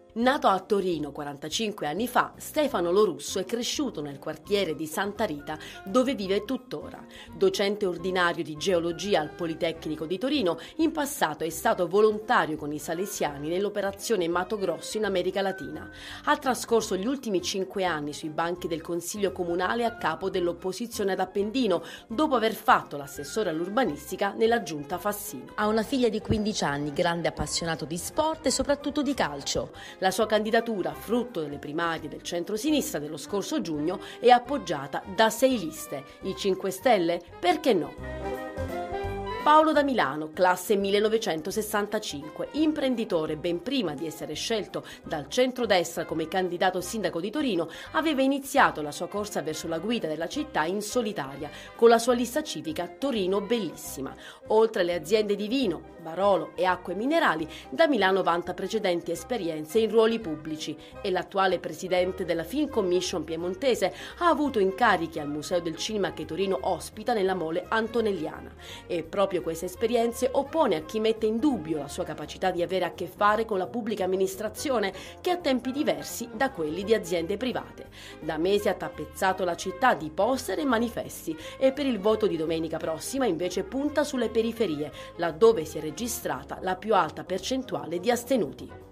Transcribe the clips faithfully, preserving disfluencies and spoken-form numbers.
Nato a Torino quarantacinque anni fa, Stefano Lorusso è cresciuto nel quartiere di Santa Rita, dove vive tuttora. Docente ordinario di geologia al Politecnico di Torino, in passato è stato volontario con i salesiani nell'operazione Mato Grosso in America Latina. Ha trascorso gli ultimi cinque anni sui banchi del Consiglio Comunale a capo dell'opposizione ad Appendino, dopo aver fatto l'assessore all'urbanistica nella giunta Fassino. Ha una figlia di quindici anni, grande appassionato di sport e soprattutto di calcio. La sua candidatura, frutto delle primarie del centro-sinistra dello scorso giugno, è appoggiata da sei liste. I cinque Stelle? Perché no? Paolo da Milano, classe millenovecentosessantacinque, imprenditore ben prima di essere scelto dal centrodestra come candidato sindaco di Torino, aveva iniziato la sua corsa verso la guida della città in solitaria, con la sua lista civica Torino Bellissima. Oltre alle aziende di vino, Barolo e acque minerali, da Milano vanta precedenti esperienze in ruoli pubblici e l'attuale presidente della Film Commission piemontese ha avuto incarichi al Museo del Cinema che Torino ospita nella Mole Antonelliana. E proprio queste esperienze oppone a chi mette in dubbio la sua capacità di avere a che fare con la pubblica amministrazione, che ha tempi diversi da quelli di aziende private. Da mesi ha tappezzato la città di poster e manifesti e per il voto di domenica prossima invece punta sulle periferie, laddove si è registrata la più alta percentuale di astenuti.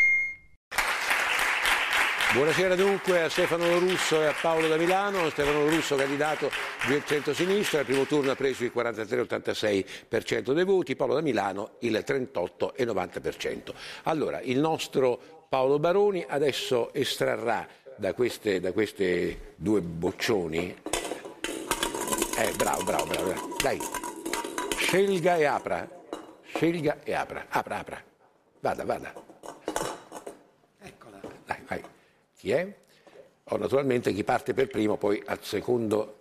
Buonasera dunque a Stefano Lorusso e a Paolo da Milano. Stefano Lorusso, candidato del centro-sinistra, al primo turno ha preso il quarantatré virgola ottantasei per cento dei voti, Paolo da Milano il trentotto virgola novanta per cento. Allora, il nostro Paolo Baroni adesso estrarrà da queste, da queste due boccioni, eh, bravo, bravo, bravo, bravo, dai, scelga e apra, scelga e apra, apra, apra, vada, vada. Eccola. Dai, vai. Chi è? O naturalmente chi parte per primo, poi al secondo.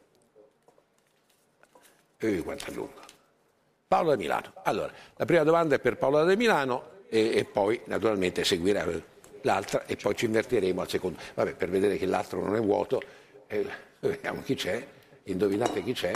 Eh, quanto è lungo. Paolo da Milano. Allora, la prima domanda è per Paolo da Milano e, e poi naturalmente seguirà l'altra e poi ci invertiremo al secondo. Vabbè, per vedere che l'altro non è vuoto, eh, vediamo chi c'è, indovinate chi c'è.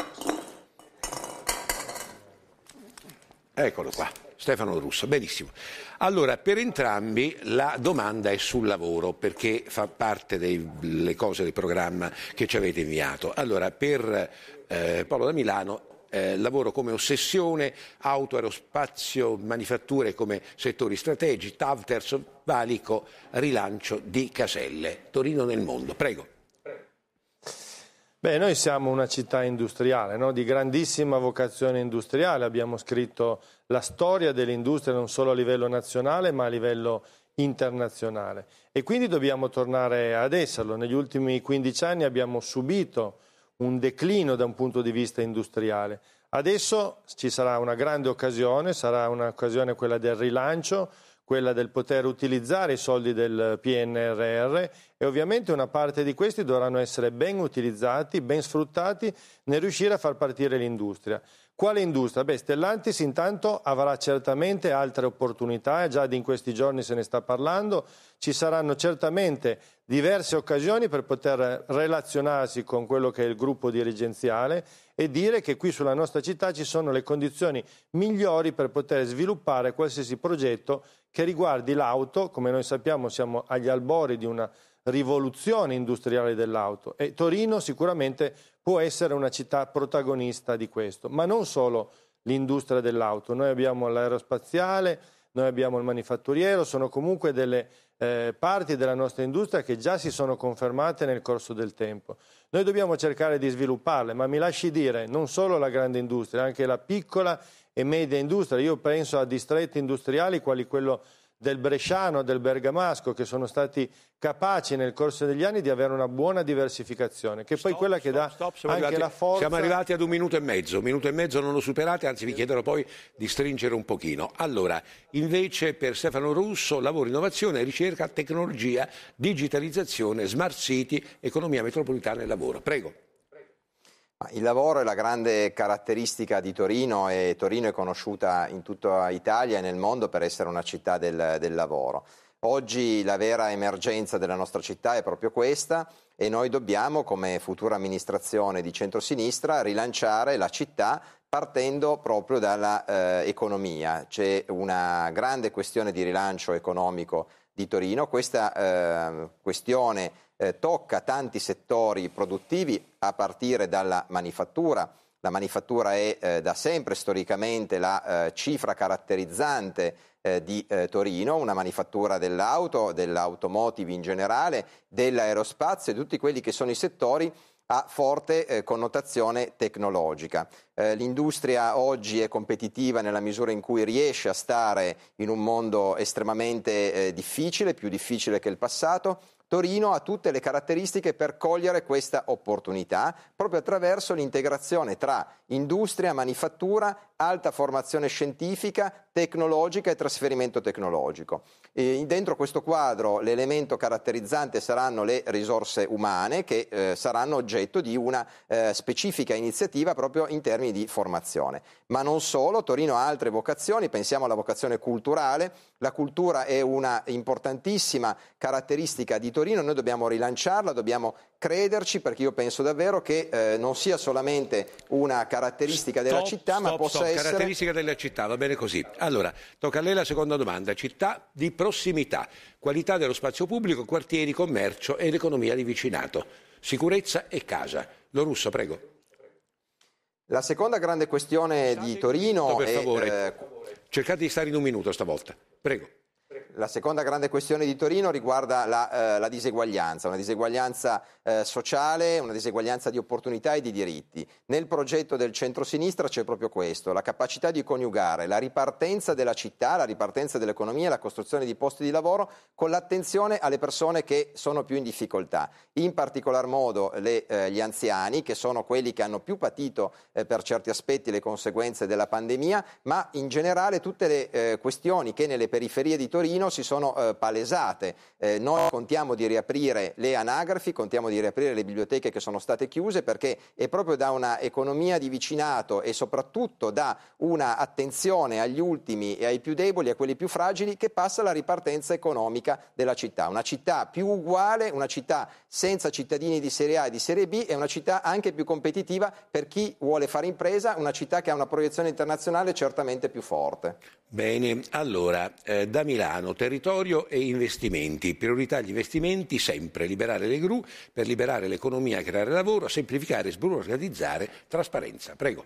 Eccolo qua. Stefano Russo, benissimo. Allora, per entrambi la domanda è sul lavoro, perché fa parte delle cose del programma che ci avete inviato. Allora, per eh, Paolo da Milano, eh, lavoro come ossessione, auto, aerospazio, manifatture come settori strategici, T A V, terzo valico, rilancio di Caselle. Torino nel mondo, prego. Beh, noi siamo una città industriale, no? Di grandissima vocazione industriale, abbiamo scritto la storia dell'industria non solo a livello nazionale ma a livello internazionale e quindi dobbiamo tornare ad esserlo. Negli ultimi quindici anni abbiamo subito un declino da un punto di vista industriale. Adesso ci sarà una grande occasione, sarà un'occasione quella del rilancio, quella del poter utilizzare i soldi del P N R R e ovviamente una parte di questi dovranno essere ben utilizzati, ben sfruttati nel riuscire a far partire l'industria. Quale industria? Beh, Stellantis intanto avrà certamente altre opportunità, e già in questi giorni se ne sta parlando, ci saranno certamente diverse occasioni per poter relazionarsi con quello che è il gruppo dirigenziale e dire che qui sulla nostra città ci sono le condizioni migliori per poter sviluppare qualsiasi progetto che riguardi l'auto. Come noi sappiamo siamo agli albori di una rivoluzione industriale dell'auto e Torino sicuramente può essere una città protagonista di questo, ma non solo l'industria dell'auto, noi abbiamo l'aerospaziale, noi abbiamo il manifatturiero, sono comunque delle eh, parti della nostra industria che già si sono confermate nel corso del tempo. Noi dobbiamo cercare di svilupparle, ma mi lasci dire, non solo la grande industria, anche la piccola e media industria. Io penso a distretti industriali quali quello del Bresciano, del Bergamasco, che sono stati capaci nel corso degli anni di avere una buona diversificazione, che poi stop, quella che stop, dà stop, siamo anche arrivati, la forza. Siamo arrivati ad un minuto e mezzo, un minuto e mezzo non lo superate, anzi vi chiederò poi di stringere un pochino. Allora, invece per Stefano Russo, lavoro, innovazione, ricerca, tecnologia, digitalizzazione, smart city, economia metropolitana e lavoro. Prego. Il lavoro è la grande caratteristica di Torino e Torino è conosciuta in tutta Italia e nel mondo per essere una città del, del lavoro. Oggi la vera emergenza della nostra città è proprio questa e noi dobbiamo, come futura amministrazione di centrosinistra, rilanciare la città partendo proprio dall'economia. Eh, C'è una grande questione di rilancio economico di Torino. Questa eh, questione eh, tocca tanti settori produttivi a partire dalla manifattura. La manifattura è eh, da sempre storicamente la eh, cifra caratterizzante eh, di eh, Torino, una manifattura dell'auto, dell'automotive in generale, dell'aerospazio e tutti quelli che sono i settori a forte eh, connotazione tecnologica. Eh, l'industria oggi è competitiva nella misura in cui riesce a stare in un mondo estremamente eh, difficile, più difficile che il passato. Torino ha tutte le caratteristiche per cogliere questa opportunità proprio attraverso l'integrazione tra industria, manifattura, alta formazione scientifica, tecnologica e trasferimento tecnologico. E dentro questo quadro l'elemento caratterizzante saranno le risorse umane che eh, saranno oggetto di una eh, specifica iniziativa proprio in termini di formazione. Ma non solo, Torino ha altre vocazioni, pensiamo alla vocazione culturale. La cultura è una importantissima caratteristica di Torino, noi dobbiamo rilanciarla, dobbiamo crederci, perché io penso davvero che eh, non sia solamente una caratteristica della stop, città, stop, ma possa stop. essere... Caratteristica della città, va bene così. Allora, tocca a lei la seconda domanda. Città di prossimità, qualità dello spazio pubblico, quartieri, commercio ed economia di vicinato, sicurezza e casa. Lo Russo, prego. La seconda grande questione di Torino per è... favore. Eh, Cercate di stare in un minuto stavolta. Prego. La seconda grande questione di Torino riguarda la, eh, la diseguaglianza, una diseguaglianza eh, sociale, una diseguaglianza di opportunità e di diritti. Nel progetto del centrosinistra c'è proprio questo, la capacità di coniugare la ripartenza della città, la ripartenza dell'economia, la costruzione di posti di lavoro con l'attenzione alle persone che sono più in difficoltà, in particolar modo le, eh, gli anziani, che sono quelli che hanno più patito eh, per certi aspetti le conseguenze della pandemia, ma in generale tutte le eh, questioni che nelle periferie di Torino si sono eh, palesate. Eh, noi contiamo di riaprire le anagrafi, contiamo di riaprire le biblioteche che sono state chiuse, perché è proprio da una economia di vicinato e soprattutto da una attenzione agli ultimi e ai più deboli, a quelli più fragili, che passa la ripartenza economica della città. Una città più uguale, una città senza cittadini di serie A e di serie B e una città anche più competitiva per chi vuole fare impresa, una città che ha una proiezione internazionale certamente più forte. Bene, allora, eh, da Milano, territorio e investimenti. Priorità agli investimenti, sempre liberare le gru per liberare l'economia, creare lavoro, semplificare, sburocratizzare, trasparenza. Prego.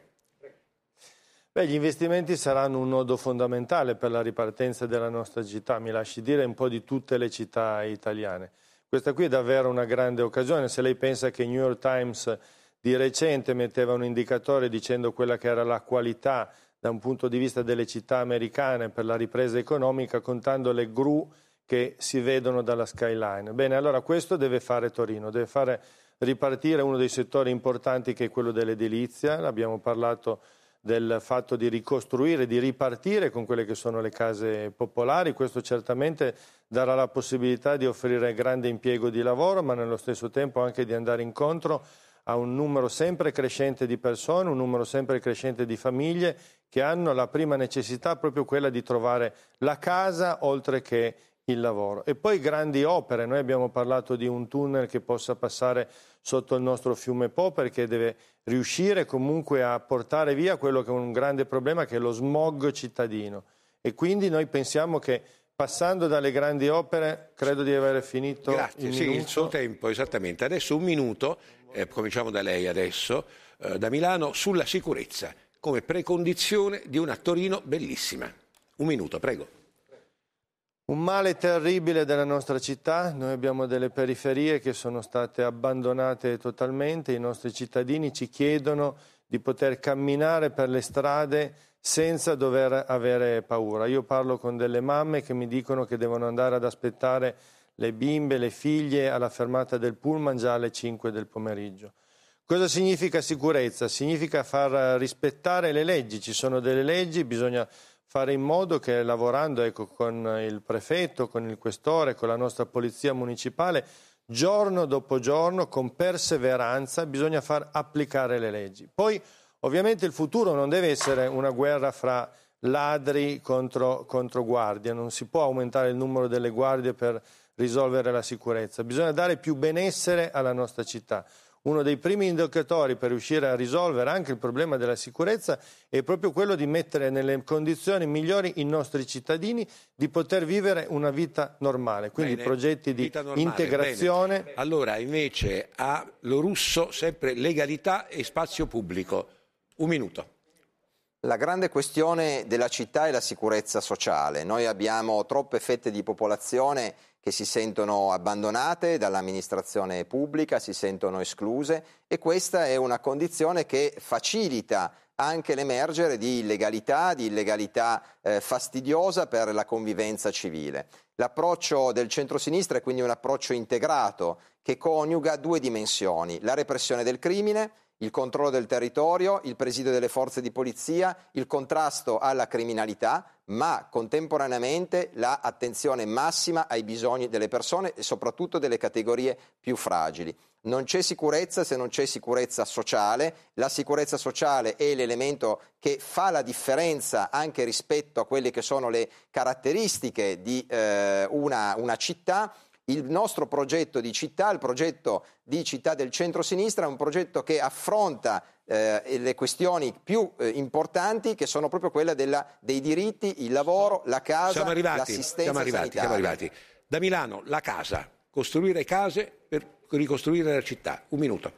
Beh, gli investimenti saranno un nodo fondamentale per la ripartenza della nostra città, mi lasci dire un po' di tutte le città italiane. Questa qui è davvero una grande occasione. Se lei pensa che il New York Times di recente metteva un indicatore dicendo quella che era la qualità da un punto di vista delle città americane per la ripresa economica, contando le gru che si vedono dalla skyline. Bene, allora questo deve fare Torino, deve fare ripartire uno dei settori importanti che è quello dell'edilizia. Abbiamo parlato del fatto di ricostruire, di ripartire con quelle che sono le case popolari. Questo certamente darà la possibilità di offrire grande impiego di lavoro, ma nello stesso tempo anche di andare incontro a un numero sempre crescente di persone, un numero sempre crescente di famiglie che hanno la prima necessità proprio quella di trovare la casa oltre che il lavoro. E poi grandi opere, noi abbiamo parlato di un tunnel che possa passare sotto il nostro fiume Po, perché deve riuscire comunque a portare via quello che è un grande problema, che è lo smog cittadino. E quindi noi pensiamo che passando dalle grandi opere, credo di aver finito. Grazie, il sì, minuto. il suo tempo, esattamente. Adesso un minuto, eh, cominciamo da lei adesso, eh, da Milano, sulla sicurezza, come precondizione di una Torino bellissima. Un minuto, prego. Un male terribile della nostra città, noi abbiamo delle periferie che sono state abbandonate totalmente, i nostri cittadini ci chiedono di poter camminare per le strade senza dover avere paura. Io parlo con delle mamme che mi dicono che devono andare ad aspettare le bimbe, le figlie alla fermata del pullman già alle cinque del pomeriggio. Cosa significa sicurezza? Significa far rispettare le leggi, ci sono delle leggi, bisogna fare in modo che lavorando ecco, con il prefetto, con il questore, con la nostra polizia municipale, giorno dopo giorno, con perseveranza, bisogna far applicare le leggi. Poi ovviamente il futuro non deve essere una guerra fra ladri contro, contro guardie, non si può aumentare il numero delle guardie per risolvere la sicurezza, bisogna dare più benessere alla nostra città. uno dei primi indicatori per riuscire a risolvere anche il problema della sicurezza è proprio quello di mettere nelle condizioni migliori i nostri cittadini di poter vivere una vita normale, quindi bene, progetti di normale, integrazione. Bene. Allora invece a Lorusso sempre legalità e spazio pubblico. Un minuto. La grande questione della città è la sicurezza sociale. Noi abbiamo troppe fette di popolazione che si sentono abbandonate dall'amministrazione pubblica, si sentono escluse e questa è una condizione che facilita anche l'emergere di illegalità, di illegalità eh, fastidiosa per la convivenza civile. L'approccio del centrosinistra è quindi un approccio integrato che coniuga due dimensioni: la repressione del crimine, il controllo del territorio, il presidio delle forze di polizia, il contrasto alla criminalità, ma contemporaneamente l'attenzione massima ai bisogni delle persone e soprattutto delle categorie più fragili. Non c'è sicurezza se non c'è sicurezza sociale. La sicurezza sociale è l'elemento che fa la differenza anche rispetto a quelle che sono le caratteristiche di eh, una, una città. Il nostro progetto di città, il progetto di città del centro-sinistra, è un progetto che affronta eh, le questioni più eh, importanti, che sono proprio quelle della, dei diritti, il lavoro, la casa, siamo arrivati, l'assistenza siamo arrivati, sanitaria. Siamo arrivati. Da Milano, la casa, costruire case per ricostruire la città. Un minuto.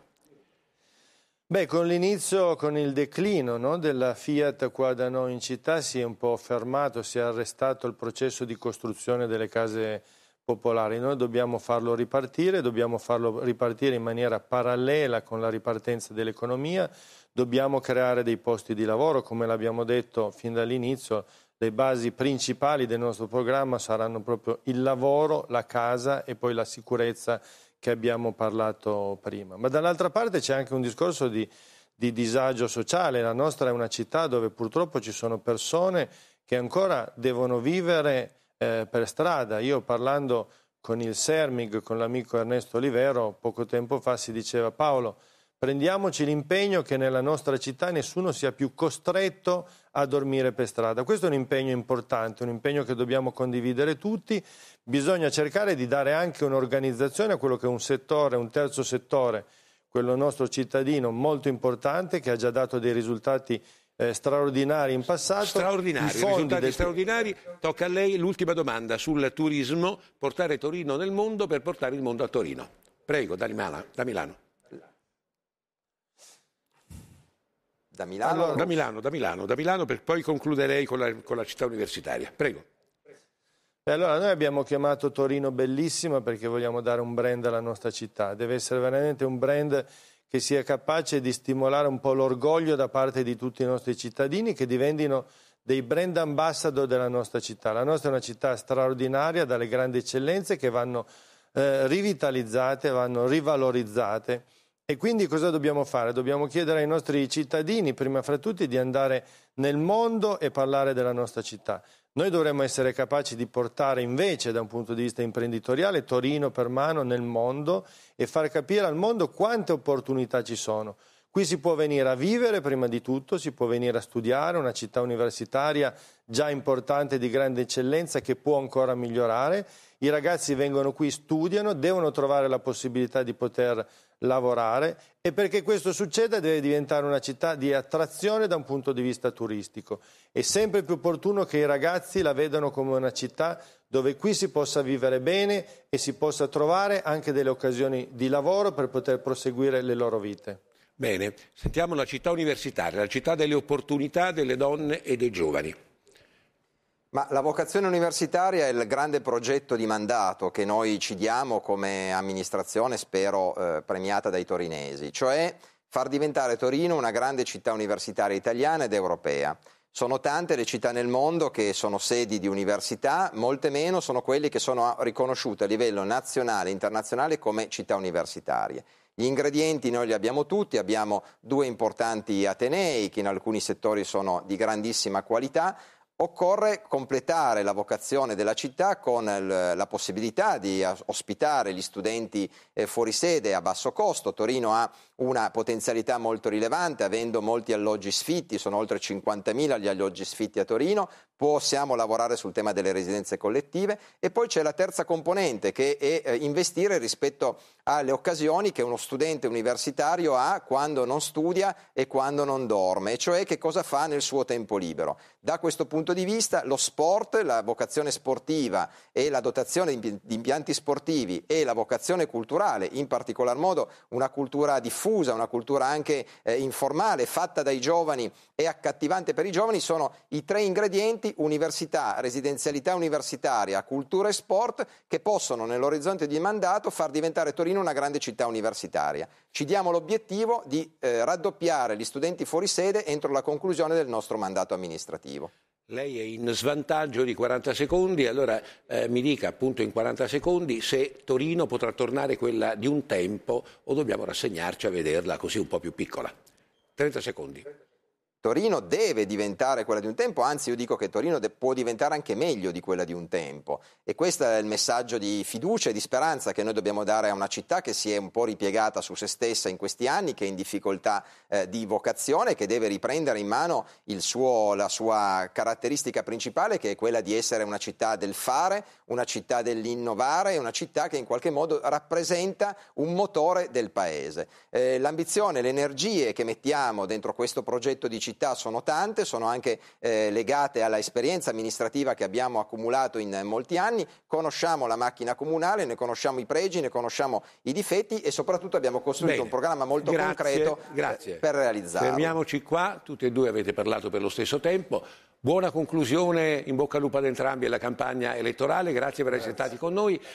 Beh, con l'inizio, con il declino, no, della Fiat qua da noi in città si è un po' fermato, si è arrestato il processo di costruzione delle case popolari. Noi dobbiamo farlo ripartire, dobbiamo farlo ripartire in maniera parallela con la ripartenza dell'economia, dobbiamo creare dei posti di lavoro, come l'abbiamo detto fin dall'inizio. Le basi principali del nostro programma saranno proprio il lavoro, la casa e poi la sicurezza che abbiamo parlato prima. Ma dall'altra parte c'è anche un discorso di, di disagio sociale. La nostra è una città dove purtroppo ci sono persone che ancora devono vivere eh, per strada. Io parlando con il Sermig, con l'amico Ernesto Olivero, poco tempo fa si diceva: Paolo, prendiamoci l'impegno che nella nostra città nessuno sia più costretto a dormire per strada. Questo è un impegno importante, un impegno che dobbiamo condividere tutti. Bisogna cercare di dare anche un'organizzazione a quello che è un settore, un terzo settore, quello nostro cittadino, molto importante, che ha già dato dei risultati eh, straordinari in passato. Straordinari, risultati del... straordinari. Tocca a lei l'ultima domanda sul turismo, portare Torino nel mondo per portare il mondo a Torino. Prego, da Milano. Da Milano. Da Milano, allora, da Milano, da Milano, da Milano, per poi concluderei con la, con la città universitaria. Prego. E allora noi abbiamo chiamato Torino Bellissima perché vogliamo dare un brand alla nostra città. Deve essere veramente un brand che sia capace di stimolare un po' l'orgoglio da parte di tutti i nostri cittadini, che diventino dei brand ambassador della nostra città. La nostra è una città straordinaria, dalle grandi eccellenze che vanno eh, rivitalizzate, vanno rivalorizzate. E quindi cosa dobbiamo fare? Dobbiamo chiedere ai nostri cittadini, prima fra tutti, di andare nel mondo e parlare della nostra città. Noi dovremmo essere capaci di portare invece, da un punto di vista imprenditoriale, Torino per mano nel mondo e far capire al mondo quante opportunità ci sono. Qui si può venire a vivere prima di tutto, si può venire a studiare, una città universitaria già importante, di grande eccellenza, che può ancora migliorare. I ragazzi vengono qui, studiano, devono trovare la possibilità di poter lavorare, e perché questo succeda deve diventare una città di attrazione da un punto di vista turistico. È sempre più opportuno che i ragazzi la vedano come una città dove qui si possa vivere bene e si possa trovare anche delle occasioni di lavoro per poter proseguire le loro vite. Bene, sentiamo la città universitaria, la città delle opportunità delle donne e dei giovani. Ma la vocazione universitaria è il grande progetto di mandato che noi ci diamo come amministrazione, spero eh, premiata dai torinesi, cioè far diventare Torino una grande città universitaria italiana ed europea. Sono tante le città nel mondo che sono sedi di università, molte meno sono quelle che sono riconosciute a livello nazionale e internazionale come città universitarie. Gli ingredienti noi li abbiamo tutti, abbiamo due importanti atenei che in alcuni settori sono di grandissima qualità. Occorre completare la vocazione della città con la possibilità di ospitare gli studenti fuori sede a basso costo. Torino ha una potenzialità molto rilevante, avendo molti alloggi sfitti, sono oltre cinquantamila gli alloggi sfitti a Torino, possiamo lavorare sul tema delle residenze collettive e poi c'è la terza componente che è investire rispetto alle occasioni che uno studente universitario ha quando non studia e quando non dorme, e cioè che cosa fa nel suo tempo libero. Da questo punto di vista lo sport, la vocazione sportiva e la dotazione di impianti sportivi e la vocazione culturale, in particolar modo una cultura diffusa, una cultura anche eh, informale, fatta dai giovani e accattivante per i giovani, sono i tre ingredienti: università, residenzialità universitaria, cultura e sport, che possono nell'orizzonte di mandato far diventare Torino una grande città universitaria. Ci diamo l'obiettivo di eh, raddoppiare gli studenti fuori sede entro la conclusione del nostro mandato amministrativo. Lei è in svantaggio di quaranta secondi, allora eh, mi dica appunto in quaranta secondi se Torino potrà tornare quella di un tempo o dobbiamo rassegnarci a vederla così un po' più piccola. trenta secondi. Torino deve diventare quella di un tempo, anzi io dico che Torino può diventare anche meglio di quella di un tempo, e questo è il messaggio di fiducia e di speranza che noi dobbiamo dare a una città che si è un po' ripiegata su se stessa in questi anni, che è in difficoltà eh, di vocazione, che deve riprendere in mano il suo, la sua caratteristica principale, che è quella di essere una città del fare, una città dell'innovare, una città che in qualche modo rappresenta un motore del paese. Eh, l'ambizione, le energie che mettiamo dentro questo progetto di città sono tante, sono anche eh, legate alla esperienza amministrativa che abbiamo accumulato in eh, molti anni, conosciamo la macchina comunale, ne conosciamo i pregi, ne conosciamo i difetti e soprattutto abbiamo costruito Bene. un programma molto grazie, concreto grazie. Eh, per realizzarlo. Fermiamoci qua, tutti e due avete parlato per lo stesso tempo. Buona conclusione, in bocca al lupo ad entrambi alla campagna elettorale, grazie per essere stati con noi.